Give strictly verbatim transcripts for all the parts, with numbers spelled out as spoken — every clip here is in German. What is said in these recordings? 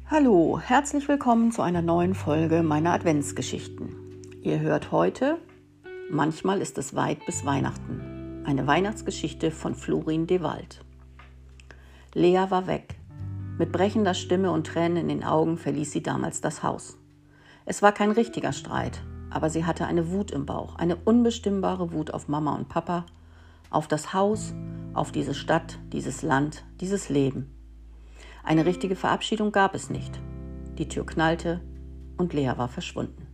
Hallo, herzlich willkommen zu einer neuen Folge meiner Adventsgeschichten. Ihr hört heute Manchmal ist es weit bis Weihnachten. Eine Weihnachtsgeschichte von Florin Dewald. Lea war weg. Mit brechender Stimme und Tränen in den Augen verließ sie damals das Haus. Es war kein richtiger Streit, aber sie hatte eine Wut im Bauch, eine unbestimmbare Wut auf Mama und Papa, auf das Haus, auf diese Stadt, dieses Land, dieses Leben. Eine richtige Verabschiedung gab es nicht. Die Tür knallte und Lea war verschwunden.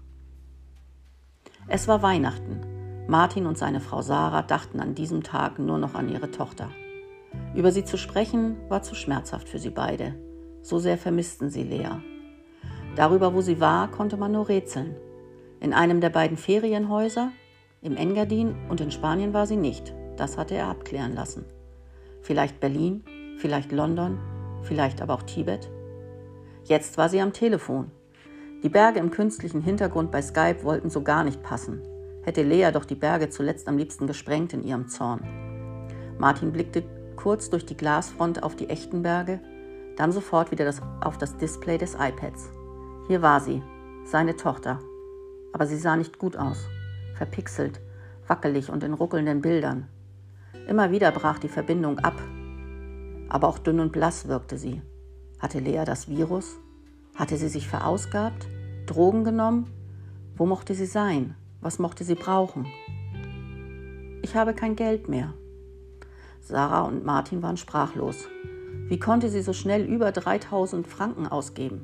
Es war Weihnachten. Martin und seine Frau Sarah dachten an diesem Tag nur noch an ihre Tochter. Über sie zu sprechen, war zu schmerzhaft für sie beide. So sehr vermissten sie Lea. Darüber, wo sie war, konnte man nur rätseln. In einem der beiden Ferienhäuser, im Engadin und in Spanien war sie nicht. Das hatte er abklären lassen. Vielleicht Berlin, vielleicht London, vielleicht aber auch Tibet. Jetzt war sie am Telefon. Die Berge im künstlichen Hintergrund bei Skype wollten so gar nicht passen. Hätte Lea doch die Berge zuletzt am liebsten gesprengt in ihrem Zorn. Martin blickte kurz durch die Glasfront auf die echten Berge, dann sofort wieder das, auf das Display des iPads. Hier war sie, seine Tochter. Aber sie sah nicht gut aus. Verpixelt, wackelig und in ruckelnden Bildern. Immer wieder brach die Verbindung ab. Aber auch dünn und blass wirkte sie. Hatte Lea das Virus? Hatte sie sich verausgabt? Drogen genommen? Wo mochte sie sein? Was mochte sie brauchen? Ich habe kein Geld mehr. Sarah und Martin waren sprachlos. Wie konnte sie so schnell über dreitausend Franken ausgeben?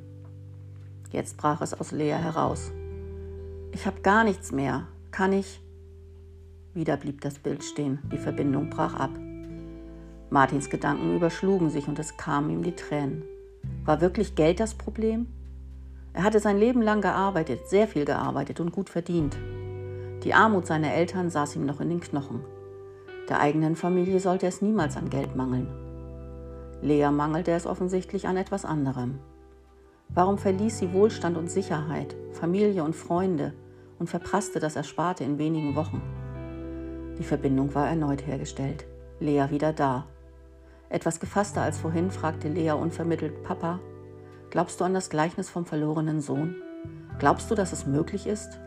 Jetzt brach es aus Lea heraus. Ich habe gar nichts mehr. Kann ich? Wieder blieb das Bild stehen. Die Verbindung brach ab. Martins Gedanken überschlugen sich und es kamen ihm die Tränen. War wirklich Geld das Problem? Er hatte sein Leben lang gearbeitet, sehr viel gearbeitet und gut verdient. Die Armut seiner Eltern saß ihm noch in den Knochen. Der eigenen Familie sollte es niemals an Geld mangeln. Lea mangelte es offensichtlich an etwas anderem. Warum verließ sie Wohlstand und Sicherheit, Familie und Freunde und verprasste das Ersparte in wenigen Wochen? Die Verbindung war erneut hergestellt. Lea wieder da. Etwas gefasster als vorhin fragte Lea unvermittelt: Papa, glaubst du an das Gleichnis vom verlorenen Sohn? Glaubst du, dass es möglich ist?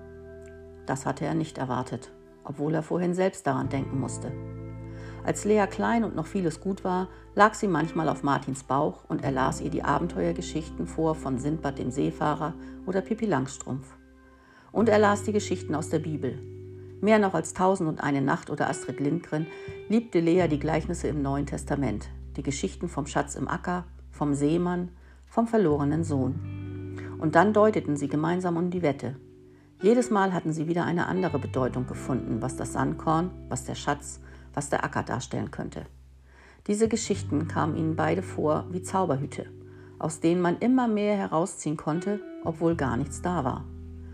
Das hatte er nicht erwartet, obwohl er vorhin selbst daran denken musste. Als Lea klein und noch vieles gut war, lag sie manchmal auf Martins Bauch und er las ihr die Abenteuergeschichten vor von Sindbad dem Seefahrer oder Pippi Langstrumpf. Und er las die Geschichten aus der Bibel. Mehr noch als Tausend und eine Nacht oder Astrid Lindgren liebte Lea die Gleichnisse im Neuen Testament, die Geschichten vom Schatz im Acker, vom Seemann, vom verlorenen Sohn. Und dann deuteten sie gemeinsam um die Wette. Jedes Mal hatten sie wieder eine andere Bedeutung gefunden, was das Sandkorn, was der Schatz, was der Acker darstellen könnte. Diese Geschichten kamen ihnen beide vor wie Zauberhüte, aus denen man immer mehr herausziehen konnte, obwohl gar nichts da war.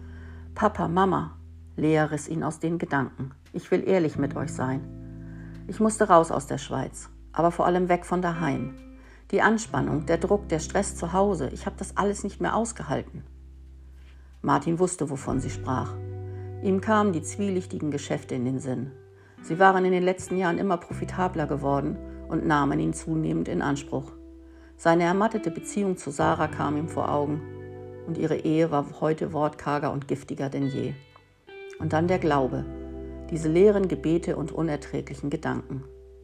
Papa, Mama, Lea riss ihn aus den Gedanken. Ich will ehrlich mit euch sein. Ich musste raus aus der Schweiz, aber vor allem weg von daheim. Die Anspannung, der Druck, der Stress zu Hause, ich habe das alles nicht mehr ausgehalten. Martin wusste, wovon sie sprach. Ihm kamen die zwielichtigen Geschäfte in den Sinn. Sie waren in den letzten Jahren immer profitabler geworden und nahmen ihn zunehmend in Anspruch. Seine ermattete Beziehung zu Sarah kam ihm vor Augen und ihre Ehe war heute wortkarger und giftiger denn je. Und dann der Glaube, diese leeren Gebete und unerträglichen Gedanken.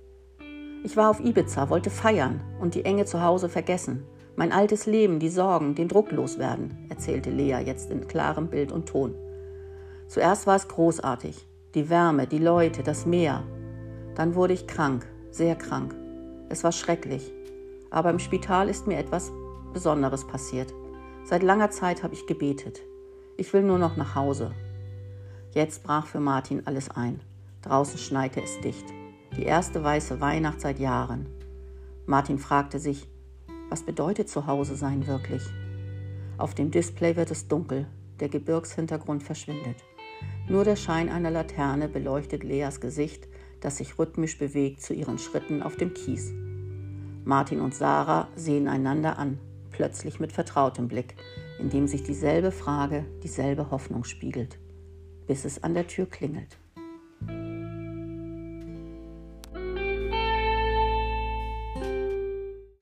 Ich war auf Ibiza, wollte feiern und die Enge zu Hause vergessen. Mein altes Leben, die Sorgen, den Druck loswerden, erzählte Lea jetzt in klarem Bild und Ton. Zuerst war es großartig, die Wärme, die Leute, das Meer. Dann wurde ich krank, sehr krank. Es war schrecklich, aber im Spital ist mir etwas Besonderes passiert. Seit langer Zeit habe ich gebetet. Ich will nur noch nach Hause. Jetzt brach für Martin alles ein. Draußen schneite es dicht. Die erste weiße Weihnacht seit Jahren. Martin fragte sich, was bedeutet zu Hause sein wirklich? Auf dem Display wird es dunkel, der Gebirgshintergrund verschwindet. Nur der Schein einer Laterne beleuchtet Leas Gesicht, das sich rhythmisch bewegt zu ihren Schritten auf dem Kies. Martin und Sarah sehen einander an, plötzlich mit vertrautem Blick, in dem sich dieselbe Frage, dieselbe Hoffnung spiegelt, bis es an der Tür klingelt.